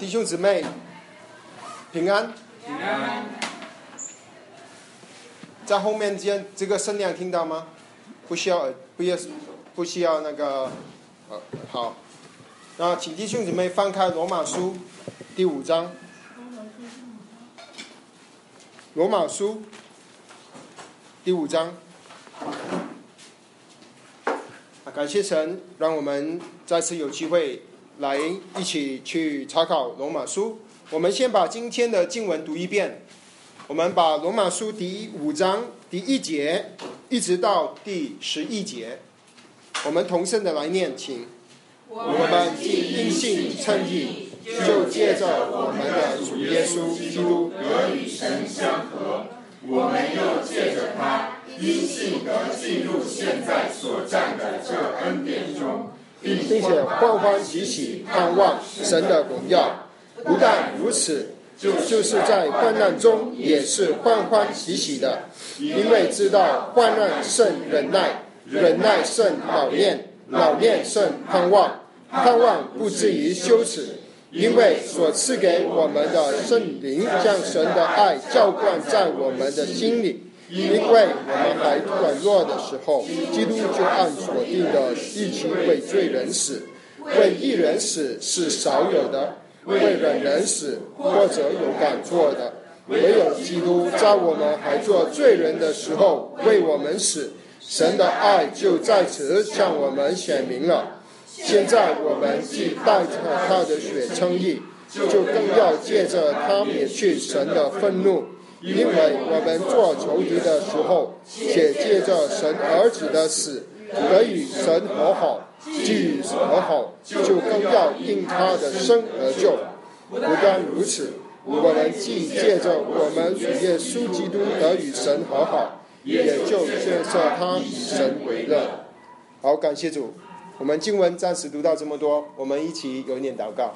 弟兄姊妹平安。 平安。 在后面这个声量听到吗？不需要那个好。那请弟兄姊妹翻开罗马书第5章。罗马书第5章。感谢神，让我们再次有机会来一起去查考罗马书。我们先把今天的经文读一遍。我们把罗马书第5章第1节一直到第11节，我们同声的来念，请。我们既因信称义，就借着我们的主耶稣基督得与神相合，我们又借着他因信得进入现在所占的这恩典中， 并且欢欢喜喜盼望神的荣耀。不但如此，就是在患难中也是欢欢喜喜的，因为知道患难胜忍耐，忍耐胜老练，老练胜盼望，盼望不至于羞耻，因为所赐给我们的圣灵将神的爱浇灌在我们的心里。因为我们还软弱的时候，基督就按所定的一起为罪人死。为义人死是少有的，为忍人死或者有敢做的。唯有基督在我们还做罪人的时候为我们死，神的爱就在此向我们显明了。现在我们既带着他的血称义，就更要借着他免去神的愤怒。因为我们做仇敌的时候，且借着神儿子的死得与神和好，既与和好，就更要因他的生而救。不但如此，我们既借着我们主耶稣基督得与神和好，也就借着他与神为乐。好，感谢主。我们经文暂时读到这么多，我们一起有一点祷告。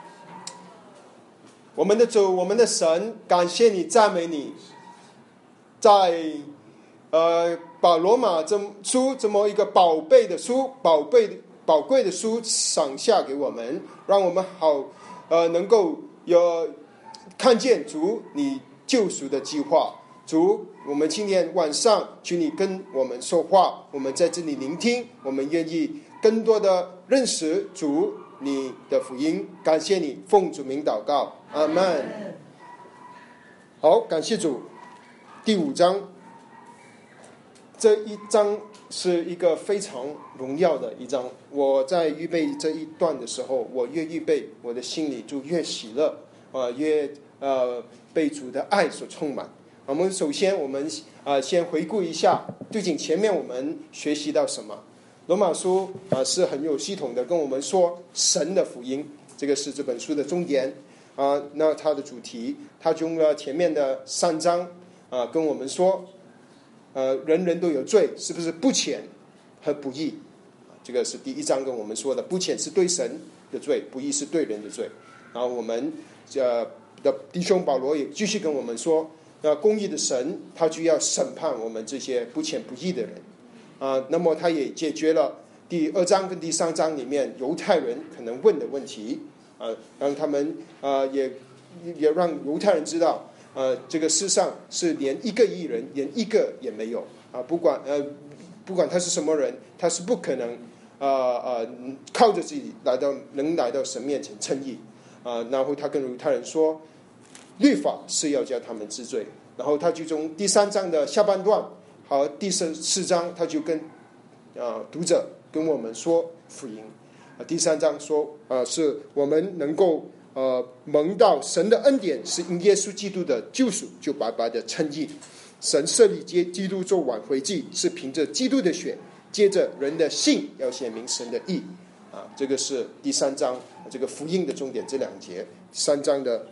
我们的主，我们的神，感谢你，赞美你，在把罗马书这么一个宝贝的书、宝贵的书赏下给我们，让我们好能够看见主你救赎的计划。主，我们今天晚上求你跟我们说话，我们在这里聆听，我们愿意更多的认识主你的福音。感谢你，奉主名祷告，阿们。好，感谢主。第5章，这一章是一个非常荣耀的一章。我在预备这一段的时候，我越预备，我的心里就越喜乐，越被主的爱所充满。我们首先，先回顾一下，究竟前面我们学习到什么。罗马书是很有系统的跟我们说神的福音，这个是这本书的重点那它的主题，它用了前面的3章跟我们说人人都有罪，是不是不浅和不义。这个是第1章跟我们说的，不浅是对神的罪，不义是对人的罪。然后我们的弟兄保罗也继续跟我们说，公义的神他就要审判我们这些不浅不义的人那么他也解决了第2章跟第3章里面犹太人可能问的问题让他们也让犹太人知道这个世上是连一个义人连一个也没有不管他是什么人，他是不可能靠着自己能来到神面前称义然后他跟犹太人说律法是要叫他们知罪。然后他就从第3章的下半段和第4章他就跟读者跟我们说福音第3章说是我们能够蒙到神的恩典，是因耶稣基督的救赎就白白的称义。神设立基督做挽回祭，是凭着基督的血，接着人的信要显明神的义这个是第3章这个福音的重点，这2节，3章的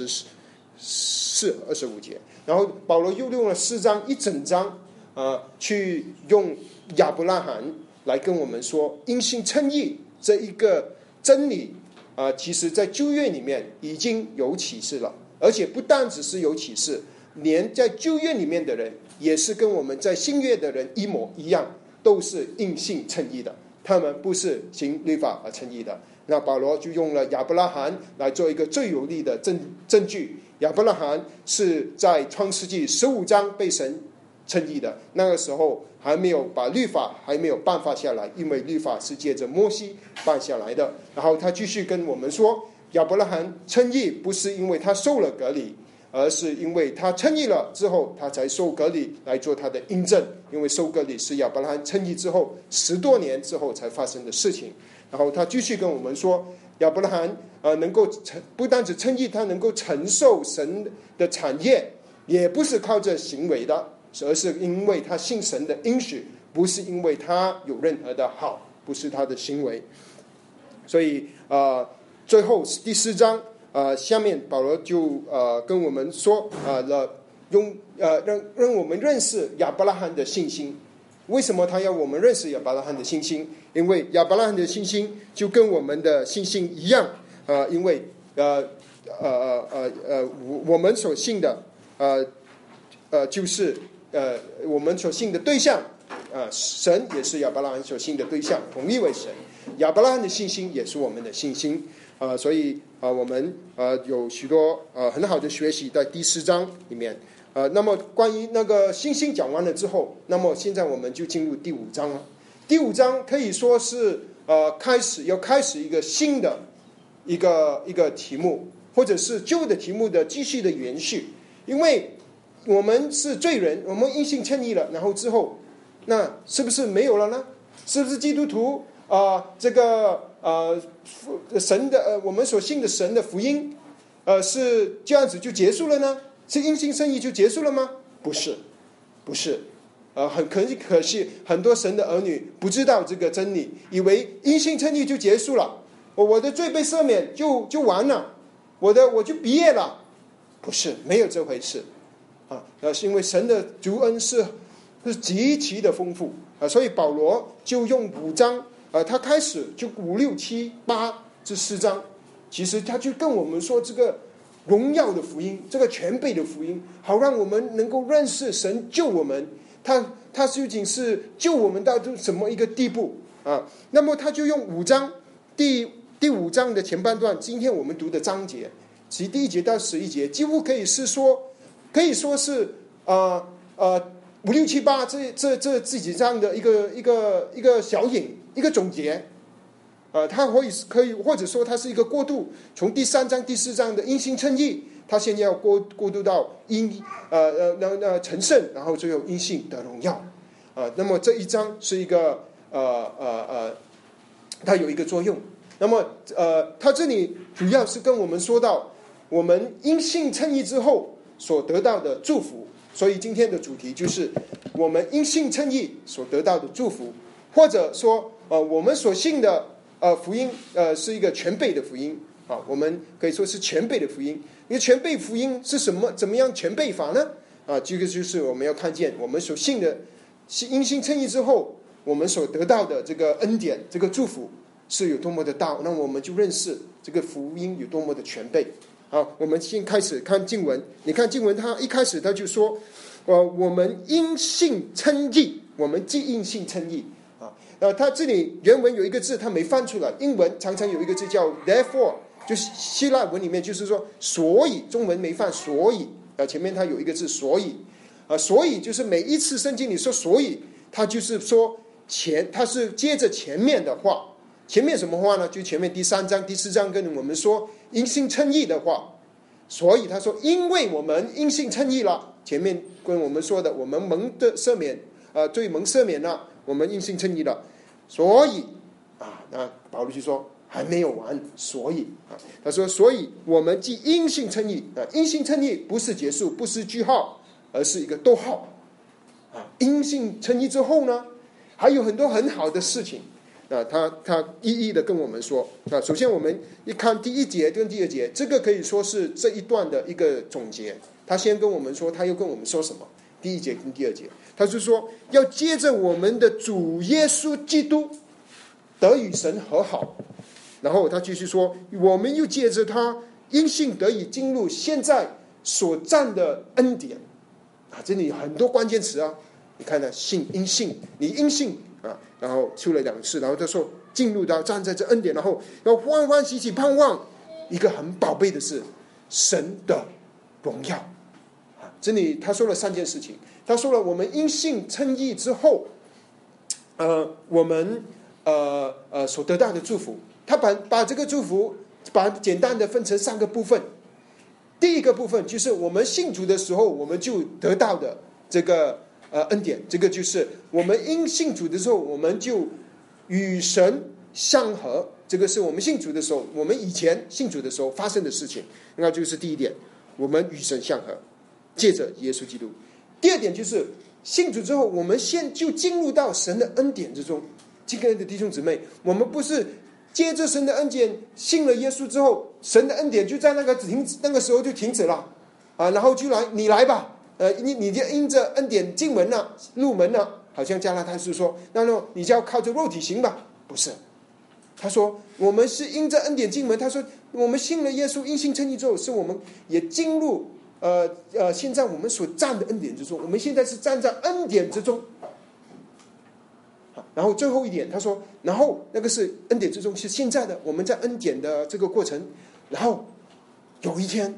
24、25节。然后保罗又用了4章一整章去用亚伯拉罕来跟我们说因信称义这一个真理其实在旧约里面已经有启示了，而且不单只是有启示，连在旧约里面的人也是跟我们在新约的人一模一样，都是因信称义的。 他们不是行律法而称义的。那保罗就用了亚伯拉罕来做一个最有力的证据。亚伯拉罕是在创世纪15章被神称义的，那个时候还没有把律法还没有颁发下来，因为律法是借着摩西颁下来的。然后他继续跟我们说，亚伯拉罕称义不是因为他受了割礼，而是因为他称义了之后，他才受割礼来做他的印证。因为受割礼是亚伯拉罕称义之后10多年之后才发生的事情。然后他继续跟我们说，亚伯拉罕能够不单只称义，他能够承受神的产业，也不是靠着行为的，而是因为他信神的应许，不是因为他有任何的好，不是他的行为。所以最后第4章下面保罗就跟我们说让我们认识亚伯拉罕的信心。为什么他要我们认识亚伯拉罕的信心？因为亚伯拉罕的信心就跟我们的信心一样，因为我们所信的就是我们所信的对象神也是亚伯拉罕所信的对象，同一位神。亚伯拉罕的信心也是我们的信心所以我们有许多很好的学习在第4章里面。那么关于那个信心讲完了之后，那么现在我们就进入第5章了。第5章可以说是开始一个新的一个题目，或者是旧的题目的继续的延续。因为我们是罪人，我们因信称义了，然后之后那是不是没有了呢？是不是基督徒这个神的我们所信的神的福音是这样子就结束了呢？是因信称义就结束了吗？不是很可惜很多神的儿女不知道这个真理，以为因信称义就结束了，我的罪被赦免就完了，我就毕业了。不是，没有这回事是因为神的救恩是极其的丰富所以保罗就用5章他开始就5、6、7、8这4章，其实他就跟我们说这个荣耀的福音，这个全备的福音，好让我们能够认识神救我们，他究竟是救我们到什么一个地步那么他就用5章第5章的前半段，今天我们读的章节，其第1节到11节，几乎可以说是5、6、7、8这几章的一个小引，一个总结它可以或者说它是一个过渡，从第3章第4章的因信称义，它现在要过渡到成圣，然后最后因信得荣耀那么这一章是一个它有一个作用。那么它这里主要是跟我们说到我们因信称义之后所得到的祝福，所以今天的主题就是我们因信称义所得到的祝福，或者说我们所信的福音是一个全备的福音我们可以说是全备的福音。因为全备福音是怎么样全备法呢这个就是我们要看见我们所信的因信称义之后我们所得到的这个恩典，这个祝福是有多么的大，那我们就认识这个福音有多么的全备我们先开始看经文。你看经文他一开始他就说我们因信称义，我们既因信称义他这里原文有一个字他没翻出来，英文常常有一个字叫 therefore， 就是希腊文里面就是说所以，中文没翻所以前面他有一个字所以所以就是每一次圣经里说所以，他就是说他是接着前面的话。前面什么话呢？就前面第3章第4章跟我们说因信称义的话，所以他说因为我们因信称义了，前面跟我们说的我们蒙的赦免罪蒙赦免了，我们因信称义了，所以那保罗就说还没有完，所以他说所以我们既因信称义因信称义不是结束，不是句号，而是一个逗号因信称义之后呢还有很多很好的事情他一一的跟我们说首先我们一看第1节跟第2节，这个可以说是这一段的一个总结。他先跟我们说，他又跟我们说什么？第1节跟第2节，他是说要接着我们的主耶稣基督得与神和好，然后他继续说我们又借着他因信得以进入现在所占的恩典这里很多关键词你看信因信，你因信然后出了2次，然后他说进入到站在这恩典，然后要欢欢喜喜盼望一个很宝贝的事，神的荣耀。这里他说了3件事情，他说了我们因信称义之后，我们所得到的祝福，他把这个祝福简单的分成3个部分。第一个部分就是我们信主的时候，我们就得到的这个恩典，这个就是我们因信主的时候，我们就与神相合，这个是我们信主的时候，我们以前信主的时候发生的事情，那就是第一点，我们与神相合，借着耶稣基督。第二点就是信主之后，我们现就进入到神的恩典之中。亲爱的弟兄姊妹，我们不是接着神的恩典，信了耶稣之后，神的恩典就在那个时候就停止了然后就你来吧，你就因着恩典进门了，入门了，好像加拉太书说，那你就要靠着肉体行吧？不是，他说我们是因着恩典进门。他说我们信了耶稣，因信称义之后，是我们也进入现在我们所站的恩典之中，我们现在是站在恩典之中。然后最后一点他说，然后那个是恩典之中，是现在的我们在恩典的这个过程，然后有一天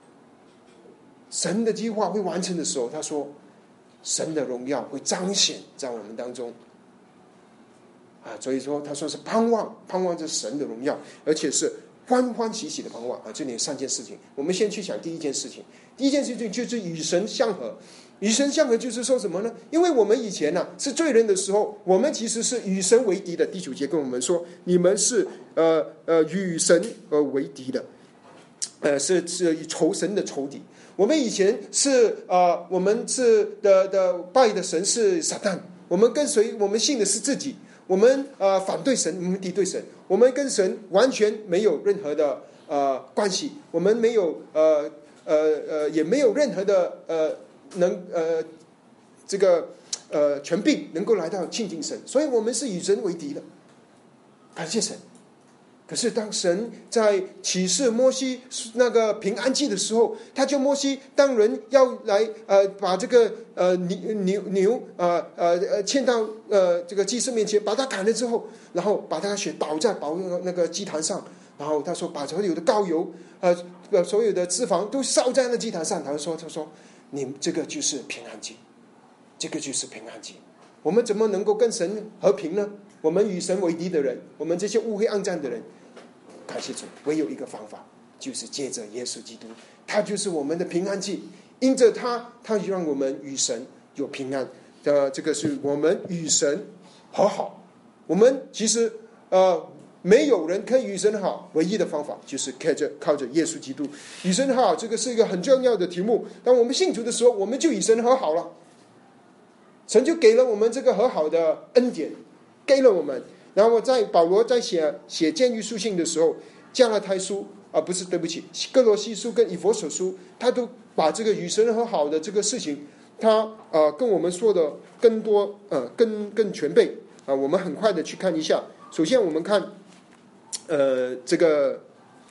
神的计划会完成的时候，他说神的荣耀会彰显在我们当中所以说他说是盼望着神的荣耀，而且是欢欢喜喜的盼望这里有3件事情。我们先去想第一件事情。第一件事情就是与神相合。与神相合就是说什么呢？因为我们以前是罪人的时候，我们其实是与神为敌的。第9节跟我们说，你们是与神为敌的，是仇神的仇敌。我们以前是我们是的拜的神是撒旦，我们跟随我们信的是自己，我们反对神，我们敌对神，我们跟神完全没有任何的关系，我们没有也没有任何的这个权柄能够来到亲近神，所以我们是与神为敌的。感谢神。可是当神在启示摩西那个平安祭的时候，他叫摩西，当人要来把这个牛牵到这个祭司面前，把他砍了之后，然后把他的血倒在那个祭坛上，然后他说把所有的膏油所有的脂肪都烧在那祭坛上，他说你这个就是平安祭，这个就是平安祭。我们怎么能够跟神和平呢？我们与神为敌的人，我们这些乌黑暗战的人，感谢主，唯有一个方法，就是借着耶稣基督，他就是我们的平安祭。因着他就让我们与神有平安这个是我们与神和好。我们其实没有人可以与神好，唯一的方法就是靠着耶稣基督与神和好。这个是一个很重要的题目。当我们信主的时候，我们就与神和好了，神就给了我们这个和好的恩典，给了我们。然后保罗在写监狱书信的时候，加拉太书不是，对不起，哥罗西书跟以弗所书，他都把这个与神和好的这个事情，他跟我们说的更多更全备我们很快的去看一下。首先我们看这个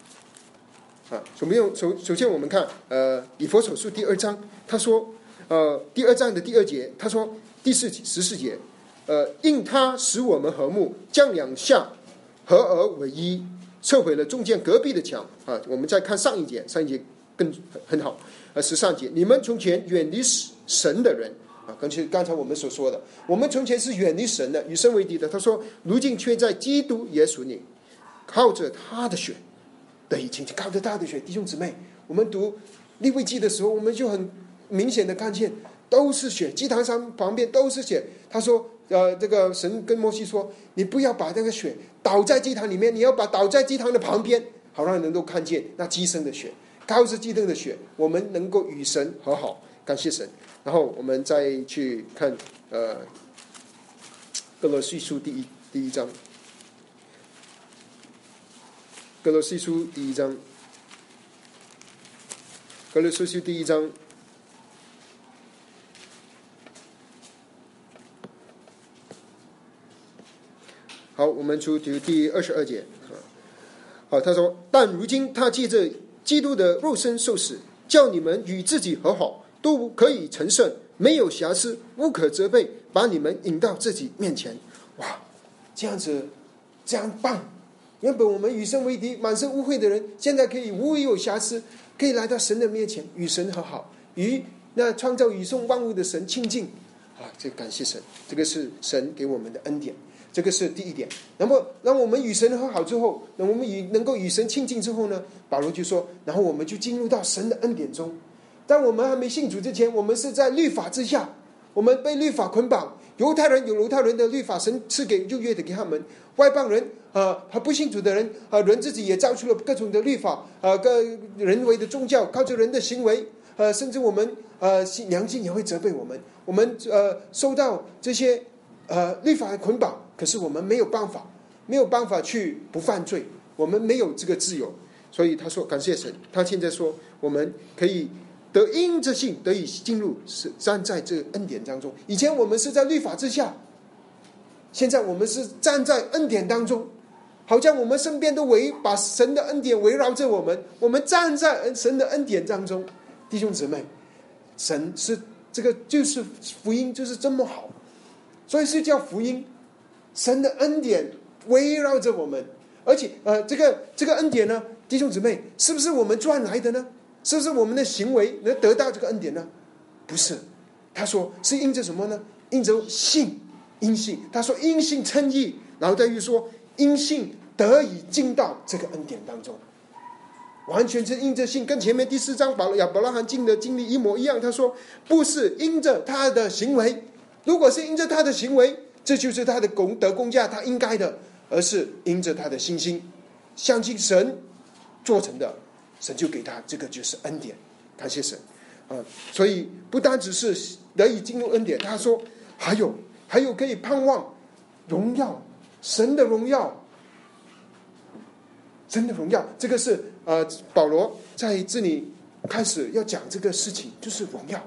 首先我们看以弗所书第2章，他说第2章的第2节，他说第14节因他使我们和睦，将两下合而为一，撤毁了中间隔壁的墙我们再看上一节更很好13节，你们从前远离神的人刚才我们所说的，我们从前是远离神的，与神为敌的。他说如今却在基督耶稣里靠着他的血得以清净，靠着他的血。弟兄姊妹，我们读利未记的时候，我们就很明显的看见都是血，祭坛上旁边都是血。他说这个神跟摩西说，你不要把这个血倒在祭坛里面，你要把倒在祭坛的旁边，好让人都看见那祭牲的血，靠着祭牲的血，我们能够与神和好，感谢神。然后我们再去看哥罗西书第一章，哥罗西书第1章，哥罗西书第1章好，我们读第22节好，他说但如今他借着基督的肉身受死，叫你们与自己和好，都可以成圣， 没有瑕疵，无可责备，把你们引到自己面前。哇，这样子，这样棒！原本我们与神为敌，满身污秽的人，现在可以无有瑕疵，可以来到神的面前，与神和好，与那创造宇宙万物的神亲近。这感谢神，这个是神给我们的恩典，这个是第一点。那么让我们与神和好之后，那我们能够与神亲近之后呢，保罗就说，然后我们就进入到神的恩典中。当我们还没信主之前，我们是在律法之下，我们被律法捆绑。犹太人有犹太人的律法，神赐给旧约的给他们；外邦人还不信主的人人自己也造出了各种的律法，各人为的宗教，靠着人的行为，甚至我们良心也会责备我们。我们受到这些律法的捆绑，可是我们没有办法去不犯罪，我们没有这个自由。所以他说感谢神，他现在说我们可以得因着信得以进入，是站在这个恩典当中。以前我们是在律法之下，现在我们是站在恩典当中，好像我们身边都把神的恩典围绕着我们，我们站在神的恩典当中。弟兄姊妹，神是这个就是福音，就是这么好，所以是叫福音。神的恩典围绕着我们，而且这个恩典呢，弟兄姊妹，是不是我们赚来的呢？是不是我们的行为能得到这个恩典呢？不是，他说是因着什么呢？因着信，因信。他说因信称义，然后再又说因信得以进到这个恩典当中，完全是因着信，跟前面第4章亚伯拉罕进的经历一模一样。他说不是因着他的行为，如果是因着他的行为，这就是他的得工价，他应该的，而是因着他的信心，相信神做成的，神就给他，这个就是恩典。感谢神所以不单只是得以进入恩典，他说还有可以盼望荣耀，神的荣耀，神的荣耀。这个是保罗在这里开始要讲这个事情，就是荣耀。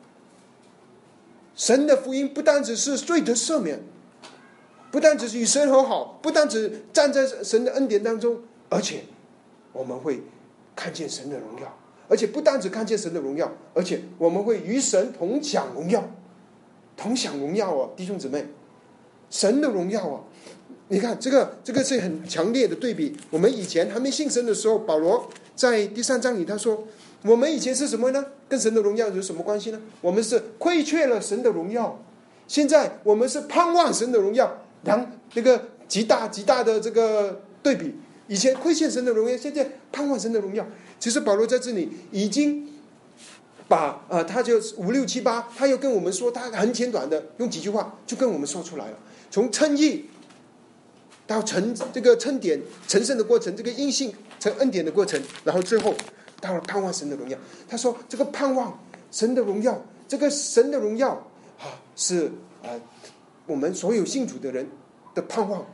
神的福音不单只是罪得赦免，不单只是与神和好，不单只站在神的恩典当中，而且我们会看见神的荣耀，而且不单只看见神的荣耀，而且我们会与神同享荣耀，同享荣耀弟兄姊妹，神的荣耀你看这个是很强烈的对比。我们以前还没信神的时候，保罗在第3章里他说，我们以前是什么呢？跟神的荣耀有什么关系呢？我们是亏缺了神的荣耀，现在我们是盼望神的荣耀，这个极大的这个对比。以前亏欠神的荣耀，现在盼望神的荣耀。其实保罗在这里已经把他就5、6、7、8，他又跟我们说，他很简短的用几句话就跟我们说出来了。从称义到这个称点成圣的过程，这个因信成恩典的过程，然后最后到了盼望神的荣耀。他说这个盼望神的荣耀，这个神的荣耀是我们所有信主的人的盼望。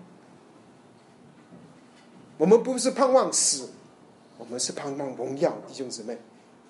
我们不是盼望死，我们是盼望荣耀。弟兄姊妹，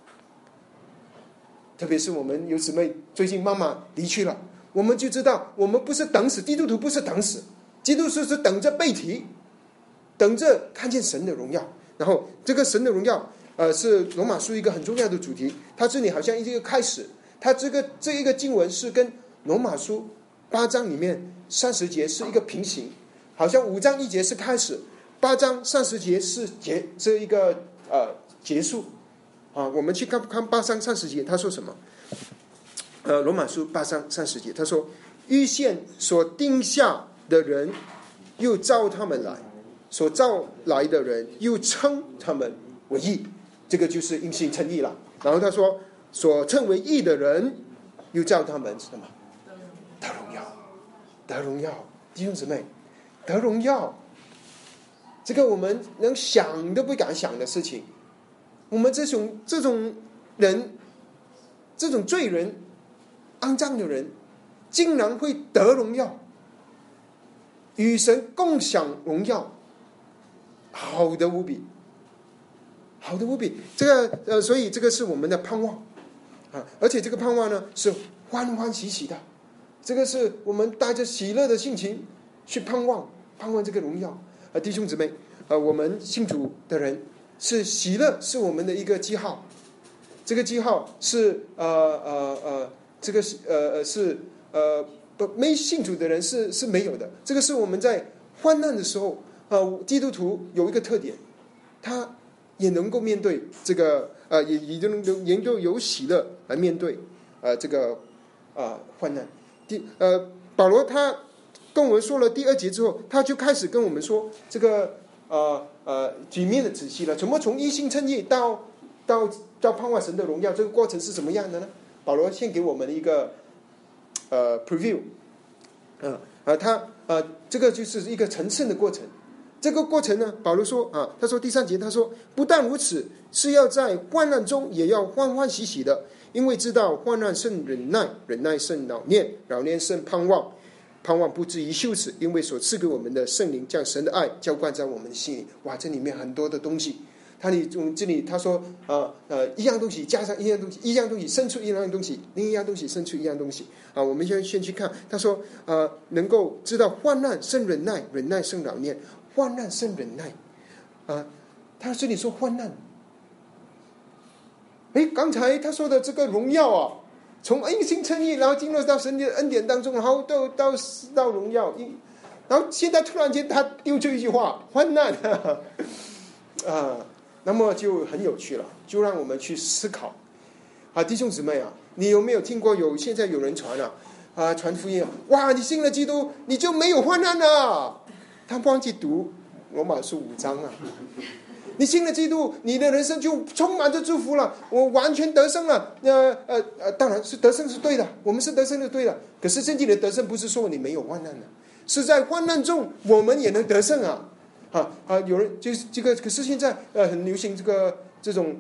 特别是我们有姊妹最近妈妈离去了，我们就知道我们不是等死，基督徒不是等死，基督徒是等着被提，等着看见神的荣耀。然后这个神的荣耀是罗马书一个很重要的主题。它这里好像一个开始，它这一个经文是跟罗马书8章里面30节是一个平行，好像5章1节是开始，8章30节是这一个结束我们去看8章30节他说什么。罗马书8章30节他说，预先所定下的人又召他们来，所召来的人又称他们为义，这个就是因信称义了。然后他说所称为义的人又召他们什么？得荣耀，得荣耀。弟兄姊妹，得荣耀，这个我们能想都不敢想的事情。我们这种人，这种罪人，肮脏的人，竟然会得荣耀，与神共享荣耀，好的无比，好的无比。这个所以这个是我们的盼望而且这个盼望呢是欢欢喜喜的，这个是我们带着喜乐的心情去盼望这个荣耀弟兄姊妹我们信主的人是喜乐，是我们的一个记号。这个记号是这个是没信主的人是没有的。这个是我们在患难的时候基督徒有一个特点，他也能够面对这个也能够有喜乐来面对这个患难。保罗他跟我们说了第2节之后，他就开始跟我们说这个举面的仔细了，怎么从一心称义到盼望神的荣耀，这个过程是怎么样的呢？保罗先给我们一个preview， 这个就是一个层次的过程。这个过程呢，保罗说他说第3节，他说不但如此，是要在患难中也要欢欢喜喜的，因为知道患难胜忍耐，忍耐胜老练，老练胜盼望，盼望不至于羞耻，因为所赐给我们的圣灵将神的爱浇灌在我们的心里。哇，这里面很多的东西。这里他说一样东西加上一样东西，一样东西生出一样东西，另一样东西生出一样东西我们先去看，他说能够知道患难胜忍耐，忍耐胜老练，患难胜忍耐他这里说患难，刚才他说的这个荣耀从因信称义，然后进入到神的恩典当中，然后到荣耀，然后现在突然间他丢出一句话患难那么就很有趣了，就让我们去思考弟兄姊妹你有没有听过现在有人传传福音哇，你信了基督你就没有患难了，他忘记读罗马书5章你信了基督，你的人生就充满着祝福了，我完全得胜了。当然是得胜是对的，我们是得胜是对的。可是真正的得胜不是说你没有患难是在患难中我们也能得胜有人就是这个，可是现在很流行这种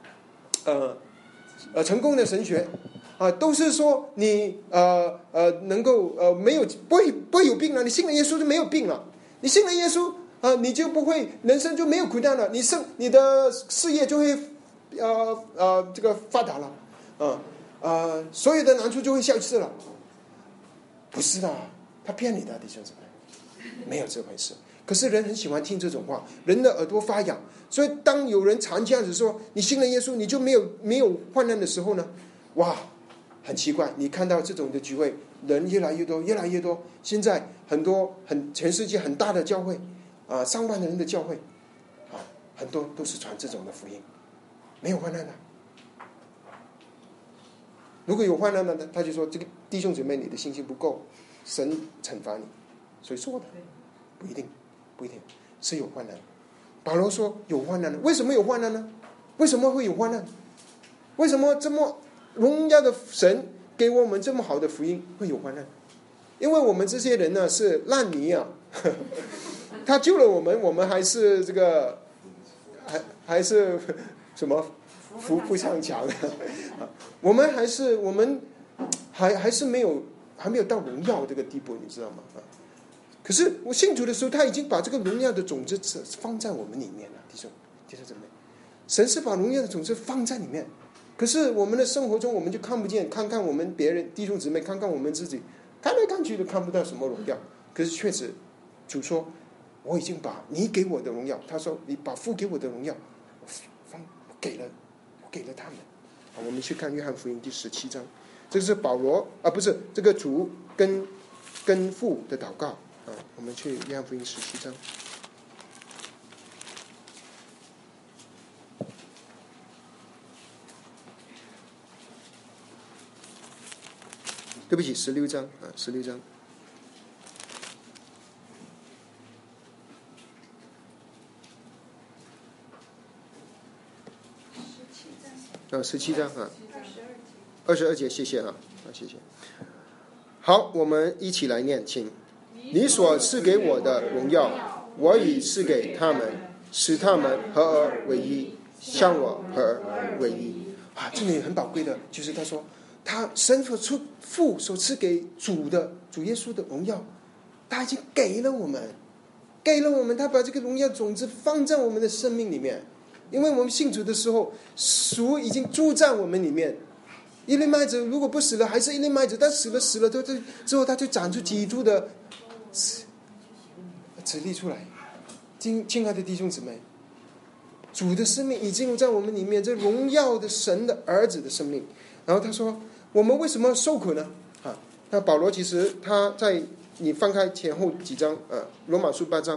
成功的神学都是说你能够不会有病了，你信了耶稣就没有病了，你信了耶稣你就不会人生就没有苦难了，你的事业就会这个发达了所有的难处就会消失了。不是的，他骗你的，弟兄姊妹，没有这回事。可是人很喜欢听这种话，人的耳朵发痒，所以当有人常这样子说你信了耶稣你就没有患难的时候呢，哇，很奇怪，你看到这种的聚会人越来越多越来越多，现在全世界很大的教会上万人的教会很多都是传这种的福音，没有患难的。如果有患难的，他就说这个弟兄姊妹你的信心不够，神惩罚你，所以说的不一定是有患难。保罗说有患难，为什么有患难呢？为什么会有患难？为什么这么荣耀的神给我们这么好的福音会有患难？因为我们这些人呢是烂泥他救了我们，我们还是这个还是什么扶上墙我们还是没有到荣耀这个地步，你知道吗？可是我信主的时候，他已经把这个荣耀的种子放在我们里面了，弟兄姊妹，神是把荣耀的种子放在里面。可是我们的生活中，我们就看不见，看看我们别人弟兄姊妹，看看我们自己，看来看去都看不到什么荣耀。可是确实，主说我已经把你给我的荣耀，他说你把父给我的荣耀，我给了他们。我们去看约翰福音第17章，这是保罗不是这个主跟父的祷告我们去约翰福音17章。对不起，16章16章。17章22节，谢谢谢谢。好，我们一起来念，请。你所赐给我的荣耀，我已赐给他们，使他们合而为一，像我合而为一这里很宝贵的就是他说他神父所赐给主耶稣的荣耀，他已经给了我们，他把这个荣耀种子放在我们的生命里面。因为我们信主的时候，主已经住在我们里面。一粒麦子如果不死了还是一粒麦子，但死了之后它就长出几株的籽粒出来。亲爱的弟兄姊妹，主的生命已经在我们里面，这荣耀的神的儿子的生命。然后他说我们为什么受苦呢？那保罗其实他在你翻开前后几章，罗马书8章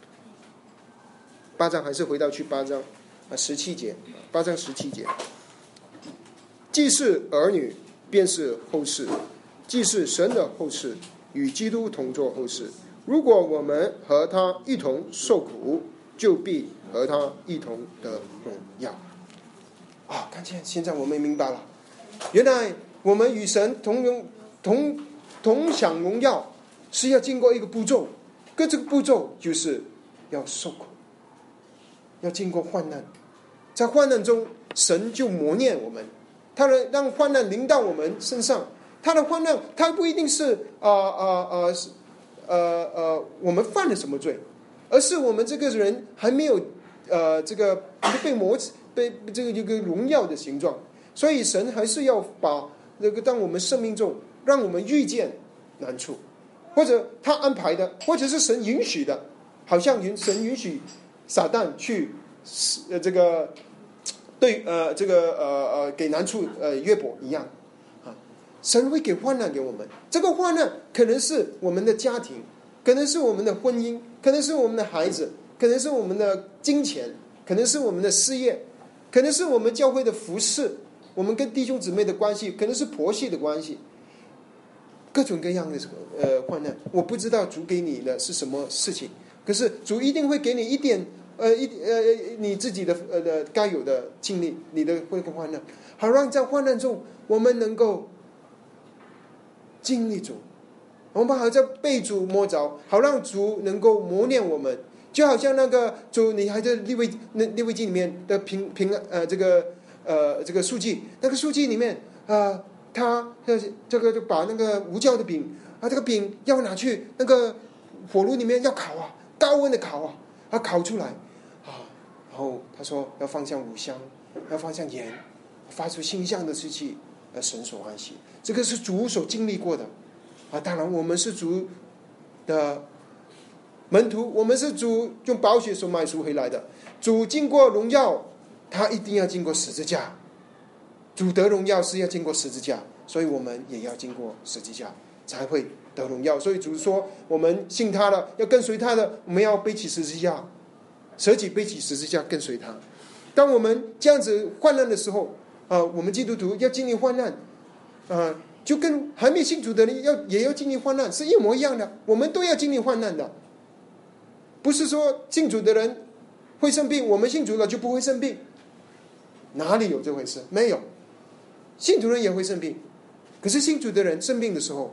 还是回到去8章17节，8章17节，既是儿女，便是后世；既是神的后世，与基督同作后世。如果我们和他一同受苦，就必和他一同得荣耀。看见现在我们明白了，原来我们与神同享荣耀是要经过一个步骤，这个步骤就是要受苦，要经过患难。在患难中，神就磨练我们，他让患难临到我们身上。他的患难，他不一定是我们犯了什么罪，而是我们这个人还没有这个被这个一个荣耀的形状。所以神还是要把那个当我们生命中让我们遇见难处，或者他安排的，或者是神允许的，好像神允许撒旦去这个对给难处约伯一样。神会给患难给我们，这个患难可能是我们的家庭，可能是我们的婚姻，可能是我们的孩子，可能是我们的金钱，可能是我们的事业，可能是我们教会的服事，我们跟弟兄姊妹的关系，可能是婆媳的关系，各种各样的患难。我不知道主给你的是什么事情，可是主一定会给你一点你自己的该有的经历，你的患难，好让在患难中我们能够经历主，我们好像被主摸着，好让主能够磨练我们。就好像那个主，你还在利未记里面的这个书记，那个书记里面他这个就把那个无酵的饼这个饼要拿去那个火炉里面要烤高温的烤烤出来然后他说要放上乳香，要放上盐，发出馨香的气息，神所欢喜。这个是主所经历过的当然我们是主的门徒，我们是主用宝血所买赎回来的。主经过荣耀，他一定要经过十字架。主得荣耀是要经过十字架，所以我们也要经过十字架才会得荣耀。所以主说我们信他的，要跟随他的，我们要背起十字架，舍己背起十字架跟随他。当我们这样子患难的时候我们基督徒要经历患难就跟还没信主的人也要经历患难是一模一样的。我们都要经历患难的，不是说信主的人会生病，我们信主了就不会生病，哪里有这回事？没有，信主人也会生病，可是信主的人生病的时候，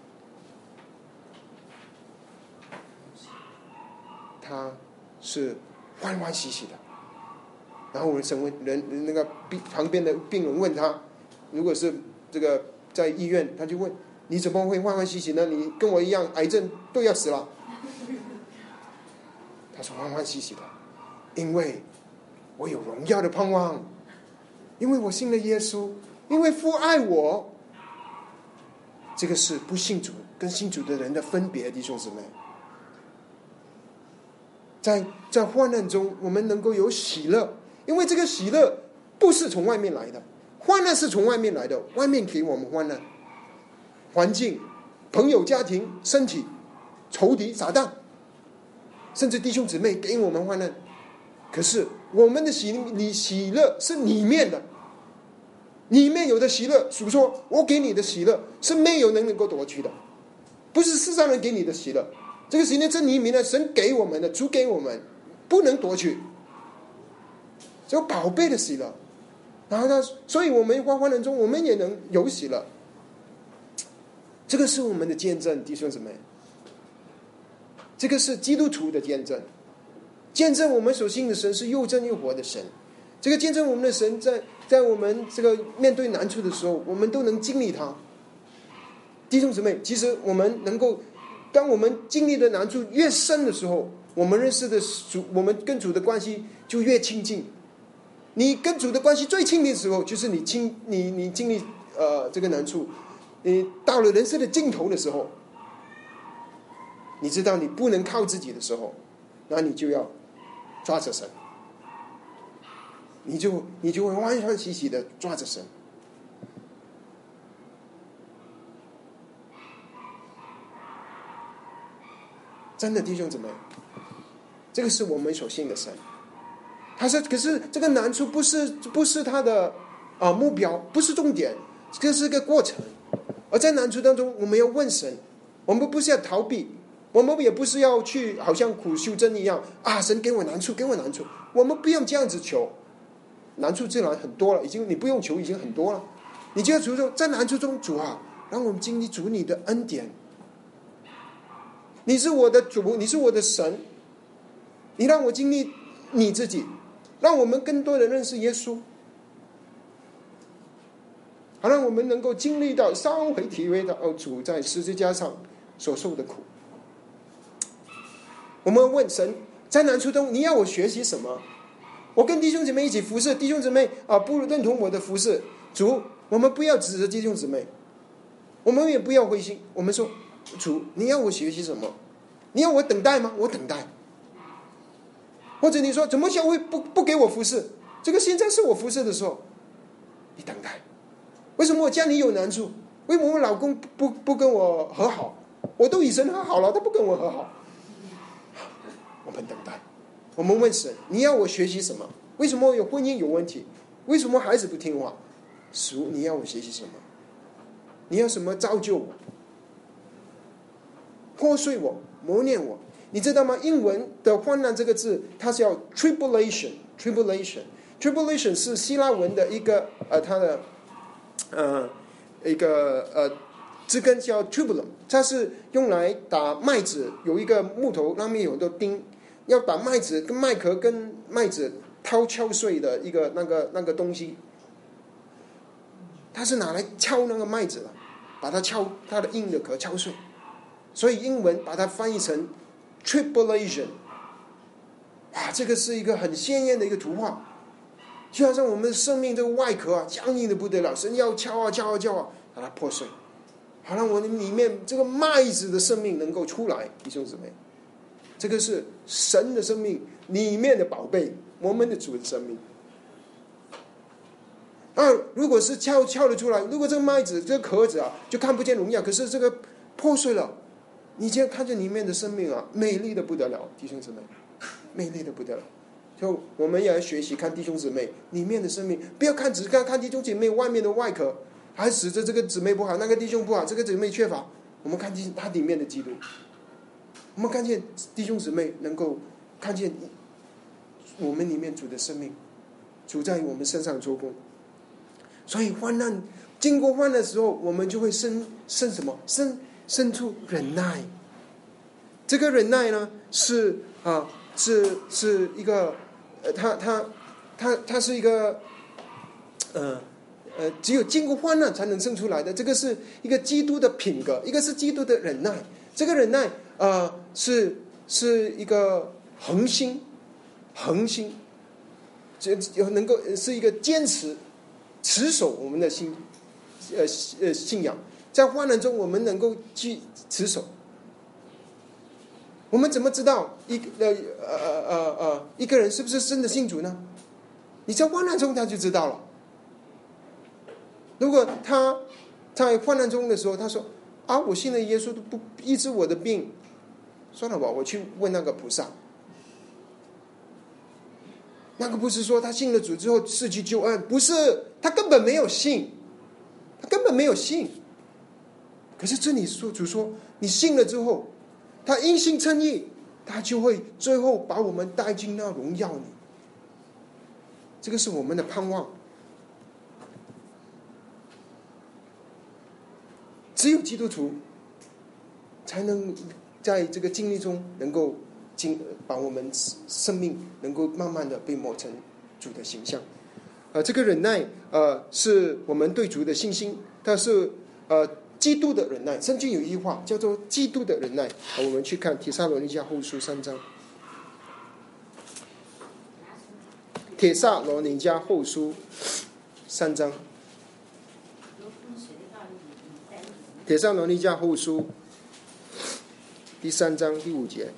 他是欢欢喜喜的。然后我们人那个旁边的病人问他，如果是这个在医院，他就问你怎么会欢欢喜喜呢？你跟我一样癌症都要死了。他说欢欢喜喜的，因为我有荣耀的盼望，因为我信了耶稣，因为父爱我。这个是不信主跟信主的人的分别，弟兄姊妹。在患难中我们能够有喜乐，因为这个喜乐不是从外面来的，患难是从外面来的，外面给我们患难，环境、朋友、家庭、身体、仇敌、撒旦，甚至弟兄姊妹给我们患难。可是我们的喜乐是里面的，里面有的喜乐，主说我给你的喜乐是没有人能够夺去的，不是世上人给你的喜乐，这个喜乐是里面的，神给我们的，主给我们，不能夺取，只有宝贝的喜乐。然后呢，所以我们患难中我们也能有喜乐，这个是我们的见证，弟兄姊妹，这个是基督徒的见证，见证我们所信的神是又真又活的神。这个见证我们的神在我们这个面对难处的时候，我们都能经历它。弟兄姊妹，其实我们能够，当我们经历的难处越深的时候，我们认识的主，我们跟主的关系就越亲近。你跟主的关系最亲密的时候，就是你经历这个难处，你到了人生的尽头的时候，你知道你不能靠自己的时候，那你就要抓着神，你就会欢欢喜喜的抓着神。 真的弟兄姊妹，这个是我们所信的神。可是这个难处不是他的目标，不是重点，这是个过程。而在难处当中，我们要问神，我们不是要逃避，我们也不是要去好像苦修真一样神给我难处，给我难处。我们不用这样子求，难处自然很多了，你不用求已经很多了。你就要求说，在难处中，主啊，让我们经历主你的恩典。你是我的主，你是我的神，你让我经历你自己，让我们更多的认识耶稣，好让我们能够经历到稍微体会到主在十字架上所受的苦。我们问神，在难处中你要我学习什么？我跟弟兄姊妹一起服侍，弟兄姊妹不认同我的服侍，主，我们不要指责弟兄姊妹，我们也不要灰心。我们说，主，你要我学习什么？你要我等待吗？我等待。或者你说，怎么教会不给我服侍？这个现在是我服侍的时候，你等待。为什么我家里有难处？为什么我老公不跟我和好？我都与神和好了，他不跟我和好。我们等待，我们问神，你要我学习什么？为什么我有婚姻有问题？为什么孩子不听话？主，你要我学习什么？你要什么造就我？破碎我，磨练我。你知道吗？英文的患难这个字，它是叫 tribulation。tribulation 是希腊文的一个它的一个字根叫 tribulum， 它是用来打麦子，有一个木头上面有很多钉，要把麦子跟麦壳跟麦子敲碎的一个那个东西，它是拿来敲那个麦子的，把它它的硬的壳敲碎，所以英文把它翻译成 tribulation。 这个是一个很鲜艳的一个图画，就好像我们的生命这个外壳僵硬的不得了，神要敲把它破碎，好让我们里面这个麦子的生命能够出来。弟兄姊妹，这个是神的生命里面的宝贝，我们的主的生命。如果是敲得出来，如果这个麦子这个壳子就看不见荣耀，可是这个破碎了，你就看见里面的生命美丽的不得了。弟兄姊妹，美丽的不得了。就我们也要学习看弟兄姊妹里面的生命，不要只看弟兄姊妹外面的外壳，还指着这个姊妹不好，那个弟兄不好，这个姊妹缺乏。我们看见他里面的基督，我们看见弟兄姊妹能够看见我们里面主的生命，主在我们身上做工。所以经过患难的时候，我们就会生什么？生出忍耐。这个忍耐呢，是一个它是一个只有经过患难才能生出来的。这个是一个基督的品格，一个是基督的忍耐。这个忍耐是一个恒心，能够是一个坚持守我们的信仰，在患难中我们能够去持守。我们怎么知道一个人是不是真的信主呢？你在患难中他就知道了。如果他在患难中的时候，他说我信了耶稣都不医治我的病，算了吧，我去问那个菩萨。那个不是说他信了主之后失去救恩，不是，他根本没有信。可是这里主说，你信了之后，他因信称义，他就会最后把我们带进那荣耀里。这个是我们的盼望。只有基督徒才能在这个经历中能够把我们生命能够慢慢的被磨成主的形象。这个忍耐是我们对主的信心，它是基督的忍耐。圣经有一句话叫做基督的忍耐。我们去看帖撒罗尼迦后书3章。帖撒罗尼迦后书3章。帖撒罗尼迦后书第3章第5节。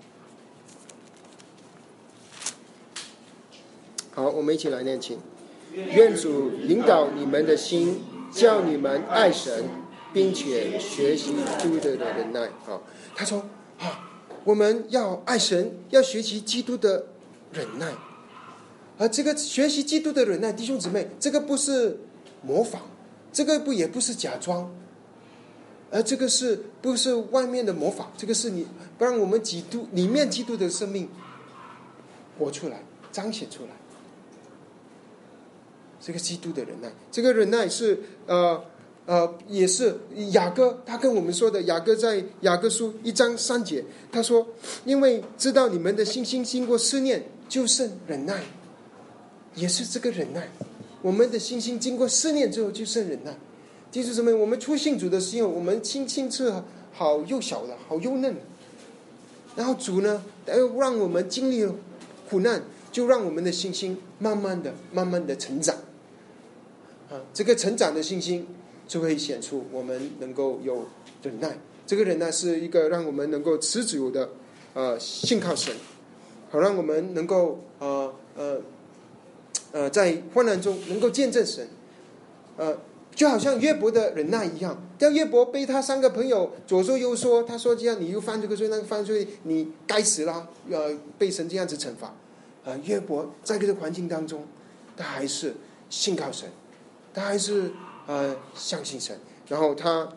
好，我们一起来念经。 愿主引导你们的心，叫你们爱神，并且学习基督的忍耐。 他说我们要爱神，要学习基督的忍耐。而这个学习基督的忍耐，弟兄姊妹，这个不是模仿，这个也不是假装，而这个不是外面的模仿，这个是你不让我们里面基督的生命活出来，彰显出来。这个基督的忍耐，这个忍耐是也是雅各他跟我们说的。雅各在雅各书1章3节，他说：“因为知道你们的信心经过试验，就剩忍耐。”也是这个忍耐，我们的信心经过试验之后就剩忍耐。弟兄姊妹，我们初信主的时候，我们心是好幼小的，好幼嫩的。然后主呢，让我们经历了苦难，就让我们的信心慢慢的成长。这个成长的信心就会显出我们能够有忍耐。这个忍耐是一个让我们能够持久的信靠神，好让我们能够在患难中能够见证神。就好像约伯的忍耐一样，当约伯被他3个朋友左说右说，他说这样你又犯这个罪那个犯罪，你该死了，被神这样子惩罚。约伯在这个环境当中，他还是信靠神，他还是相信神。然后他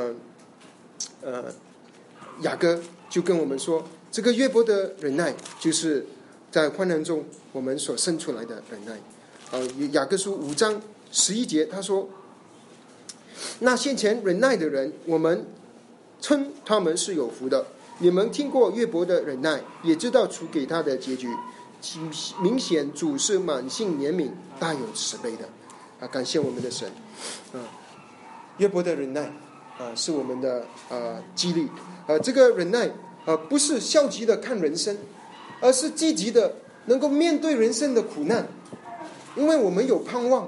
雅各就跟我们说，这个约伯的忍耐就是在患难中我们所生出来的忍耐。雅各书5章11节他说：“那先前忍耐的人，我们称他们是有福的。你们听过约伯的忍耐，也知道主给他的结局。明显主是满性怜悯，大有慈悲的。”感谢我们的神。约伯的忍耐是我们的激励。这个忍耐不是消极的看人生，而是积极的能够面对人生的苦难，因为我们有盼望。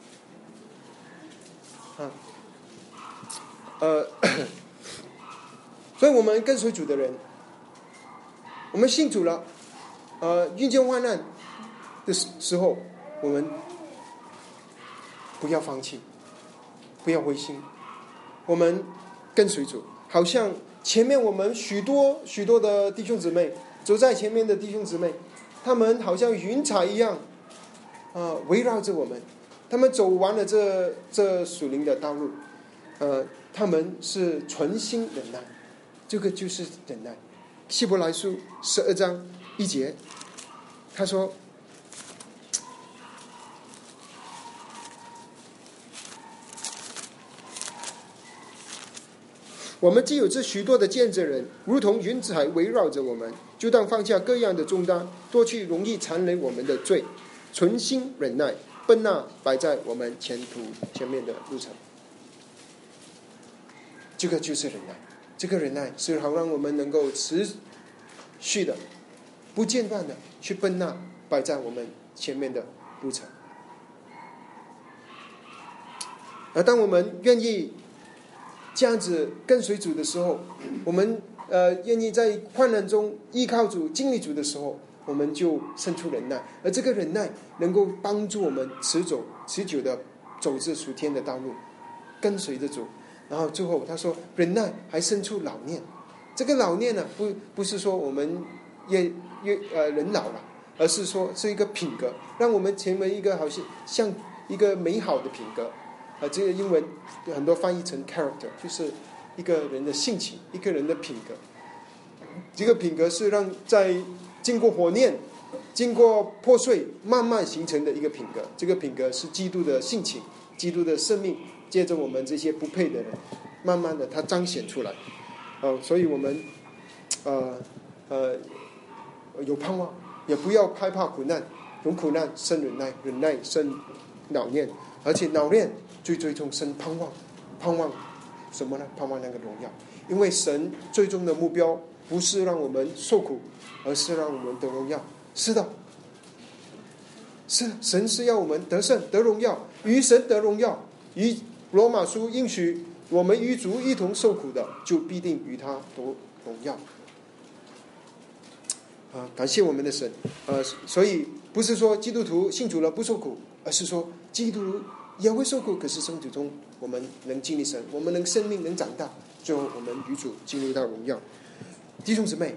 所以我们跟随主的人，我们信主了，遇见患难的时候，我们不要放弃，不要灰心，我们跟随主。好像前面我们许多的弟兄姊妹，走在前面的弟兄姊妹，他们好像云彩一样围绕着我们，他们走完了这属灵的道路，他们是存心忍耐，这个就是忍耐。希伯来书12章1节他说：“我们既有这许多的见证人，如同云彩围绕着我们，就当放下各样的重担，多去容易缠累我们的罪，存心忍耐，奔那摆在我们前面的路程。”这个就是忍耐，这个忍耐是好让我们能够持续的、不间断的去奔那摆在我们前面的路程。而当我们愿意这样子跟随主的时候，我们愿意在患难中依靠主、经历主的时候，我们就生出忍耐，而这个忍耐能够帮助我们持久的走这属天的道路，跟随着主。然后最后他说，忍耐还生出老练。这个老练呢，不是说我们越人老了，而是说是一个品格，让我们成为一个好像一个美好的品格。这个英文很多翻译成 character， 就是一个人的性情，一个人的品格。这个品格是让在经过火炼、经过破碎，慢慢形成的一个品格。这个品格是基督的性情，基督的生命。借着我们这些不配的人，慢慢的它彰显出来。所以我们有盼望，也不要害怕苦难，用苦难生忍耐，忍耐生老练，而且老练最终生盼望。盼望什么呢？盼望那个荣耀。因为神最终的目标不是让我们受苦，而是让我们得荣耀。是的，是神是要我们得胜得荣耀，与神得荣耀。与罗马书应许我们与主一同受苦的，就必定与他得荣耀。感谢我们的神。所以不是说基督徒信主了不受苦， 而是说基督也会受苦，可是生活中我们能经历神，我们能生命能长大，最后我们与主进入到荣耀。弟兄姊妹，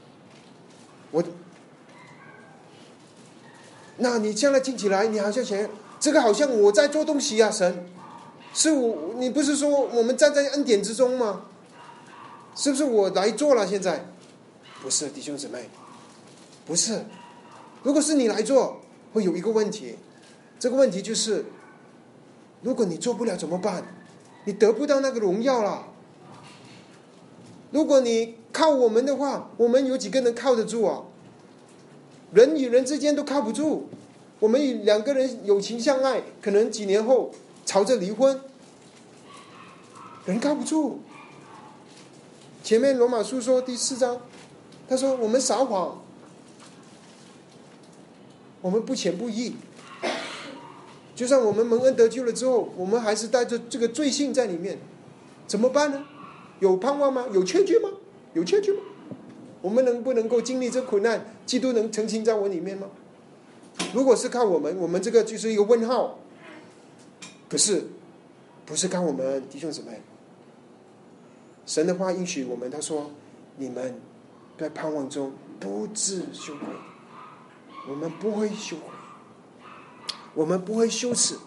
那你将来听起来，你好像想这个好像我在做东西啊，神是我，你不是说我们站在恩典之中吗？是不是我来做了？现在不是，弟兄姊妹，不是。如果是你来做，会有一个问题，这个问题就是，如果你做不了怎么办？你得不到那个荣耀了。如果你靠我们的话，我们有几个人靠得住啊？人与人之间都靠不住。我们与两个人有情相爱，可能几年后吵着离婚，人靠不住。前面罗马书说第4章，他说我们撒谎，我们不虔不义，就算我们蒙恩得救了之后，我们还是带着这个罪性在里面，怎么办呢？有盼望吗？有确据吗？有确据吗？我们能不能够经历这苦难？基督能成行在我里面吗？如果是靠我们，我们这个就是一个问号。可是不是靠我们，弟兄姊妹，神的话应许我们，他说你们在盼望中不致羞愧。我们不会羞愧，我们不会羞耻，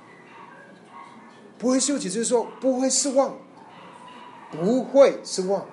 不会羞耻就是说不会失望，不会失望，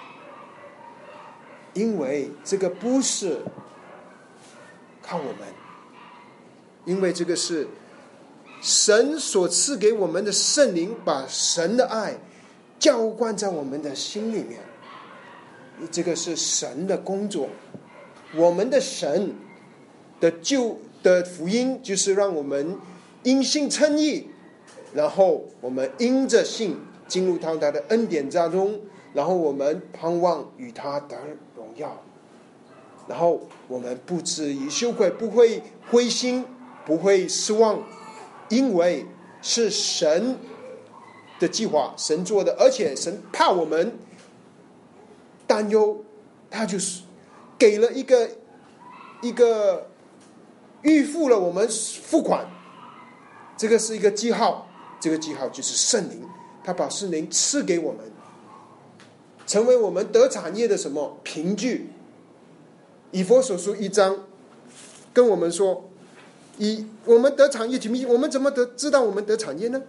因为这个不是靠我们，因为这个是神所赐给我们的圣灵，把神的爱浇灌在我们的心里面，这个是神的工作。我们的神的救的福音就是让我们因信称义，然后我们因着信进入到他的恩典当中，然后我们盼望与他得荣耀，然后我们不至于羞愧，不会灰心，不会失望，因为是神的计划，神做的，而且神怕我们担忧，他就是给了一个预付了我们付款，这个是一个记号，这个记号就是圣灵，他把圣灵赐给我们，成为我们得产业的什么凭据。以弗所书1章跟我们说，我们得产业凭据，我们怎么知道我们得产业呢？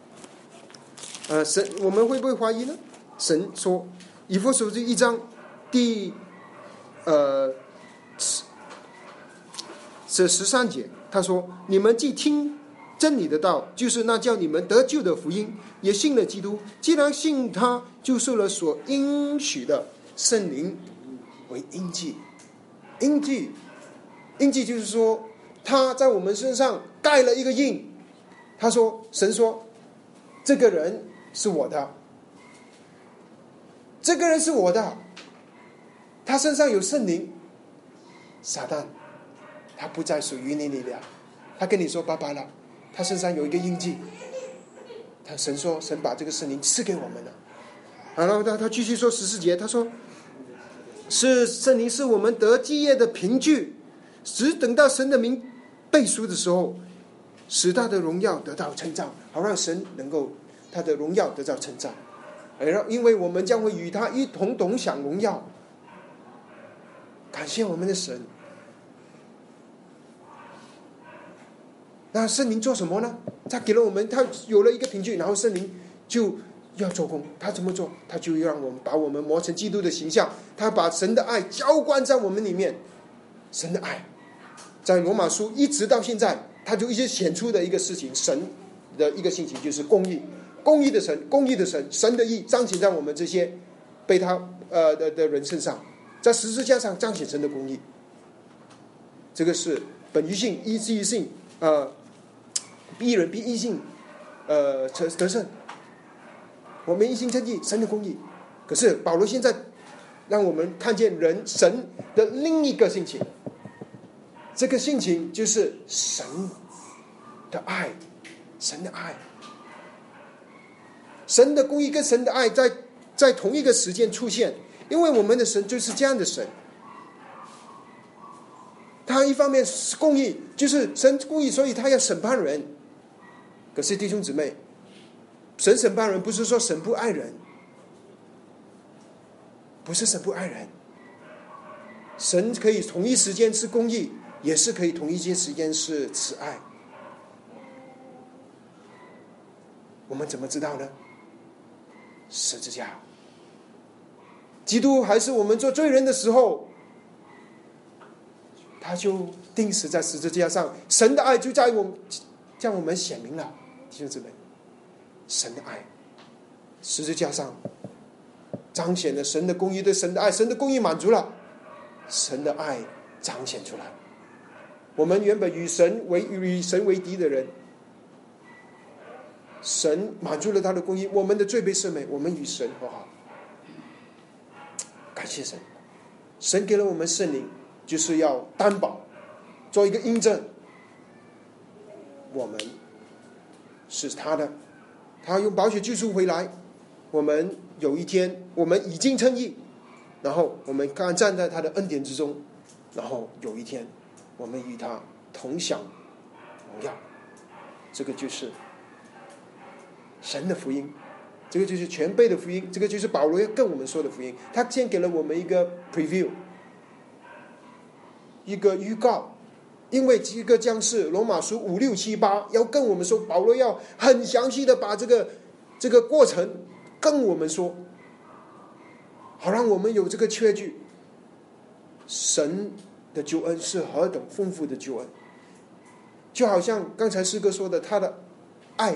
神，我们会不会怀疑呢？神说，以弗所书1章第13节，他说：你们既听真理的道，就是那叫你们得救的福音，也信了基督。既然信他，就受了所应许的圣灵为印记。印记就是说，他在我们身上盖了一个印。他说，神说，这个人是我的，这个人是我的，他身上有圣灵。撒旦他不再属于你了，他跟你说拜拜了，他身上有一个印记。神说，神把这个圣灵赐给我们了。然后他继续说14节，他说是圣灵是我们得基业的凭据，只等到神的名背书的时候，使他的荣耀得到称赞，好让神能够他的荣耀得到称赞，因为我们将会与他一同同享荣耀。感谢我们的神。那圣灵做什么呢？他给了我们，他有了一个凭据，然后圣灵就要做工。他怎么做？他就让我们把我们磨成基督的形象，他把神的爱浇灌在我们里面。神的爱在罗马书一直到现在，他就一直显出的一个事情，神的一个性情就是公义，公义的神，神的义彰显在我们这些被他的人身上，在十字架上彰显神的公义。这个是本于性，依之于性，必人必异性得胜。我们一心称义，神的公义。可是保罗现在让我们看见神的另一个性情，这个性情就是神的爱，神的爱，神的公义跟神的爱在同一个时间出现，因为我们的神就是这样的神。 他一方面是公义，就是神公义，所以他要审判人。可是弟兄姊妹，神审判人不是说神不爱人，不是神不爱人，神可以同一时间是公义，也是可以同一时间是慈爱。我们怎么知道呢？十字架，基督还是我们做罪人的时候，他就钉死在十字架上，神的爱就向我们显明了。弟兄姊妹，神的爱，十字架上彰显了神的公义，对神的爱，神的公义满足了，神的爱彰显出来。我们原本与神为敌的人，神满足了他的公义，我们的罪被赦免，我们与神和好。感谢神，神给了我们圣灵，就是要担保，做一个印证，我们是他的，他用宝血救赎回来，我们有一天我们已经称义，然后我们刚站在他的恩典之中，然后有一天我们与他同享荣耀。这个就是神的福音，这个就是全备的福音，这个就是保罗要跟我们说的福音。他先给了我们一个 preview， 一个预告，因为这个将是罗马书5、6、7、8要跟我们说，保罗要很详细的把这个过程跟我们说，好让我们有这个确据，神的救恩是何等丰富的救恩。就好像刚才诗歌说的，他的爱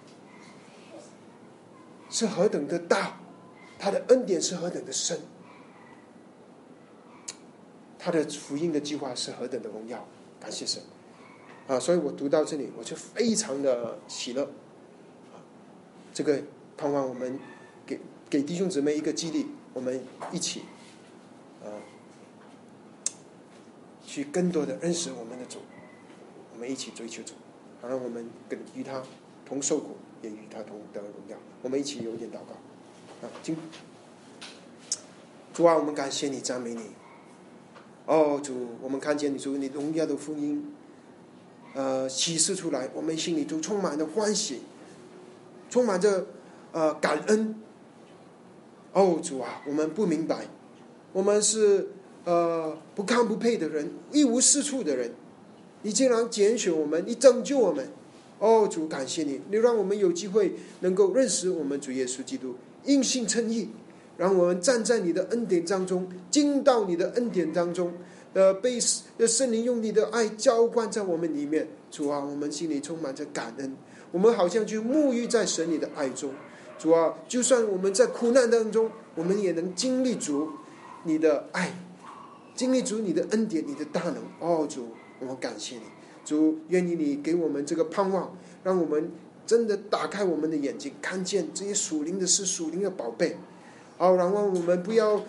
是何等的大，他的恩典是何等的深，他的福音的计划是何等的荣耀。感谢神所以我读到这里我就非常的喜乐这个盼望我们给弟兄姊妹一个激励，我们一起去更多的认识我们的主，我们一起追求主，好让我们与他同受苦，也与他同得荣耀。我们一起有点祷告主啊，我们感谢你，赞美你。主，我们看见你主你荣耀的福音启示出来，我们心里就充满着欢喜，充满着感恩。主啊，我们不明白，我们是不堪不配的人，一无是处的人，你竟然拣选我们，你拯救我们。主，感谢你，你让我们有机会能够认识我们主耶稣基督，因信称义，让我们站在你的恩典当中，进到你的恩典当中，被圣灵用你的爱浇灌在我们里面。主啊，我们心里充满着感恩，我们好像就沐浴在神你的爱中。主啊，就算我们在苦难当中，我们也能经历主你的爱，经历主你的恩典，你的大能。主，我们感谢你。主，愿意你给我们这个盼望，让我们真的打开我们的眼睛，看见这些属灵的事，属灵的宝贝。然后我们不要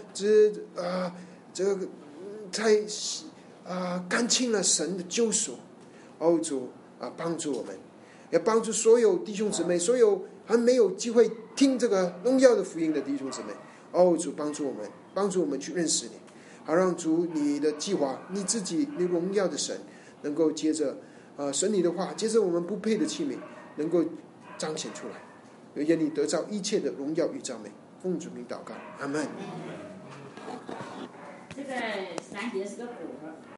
太看清了神的救赎。主帮助我们，也帮助所有弟兄姊妹，所有还没有机会听这个荣耀的福音的弟兄姊妹。主帮助我们去认识你，好让主你的计划，你自己你荣耀的神能够接着神你的话，接着我们不配的器皿能够彰显出来，愿你得到一切的荣耀与赞美。奉主名祷告，阿们。 这个3节是个果。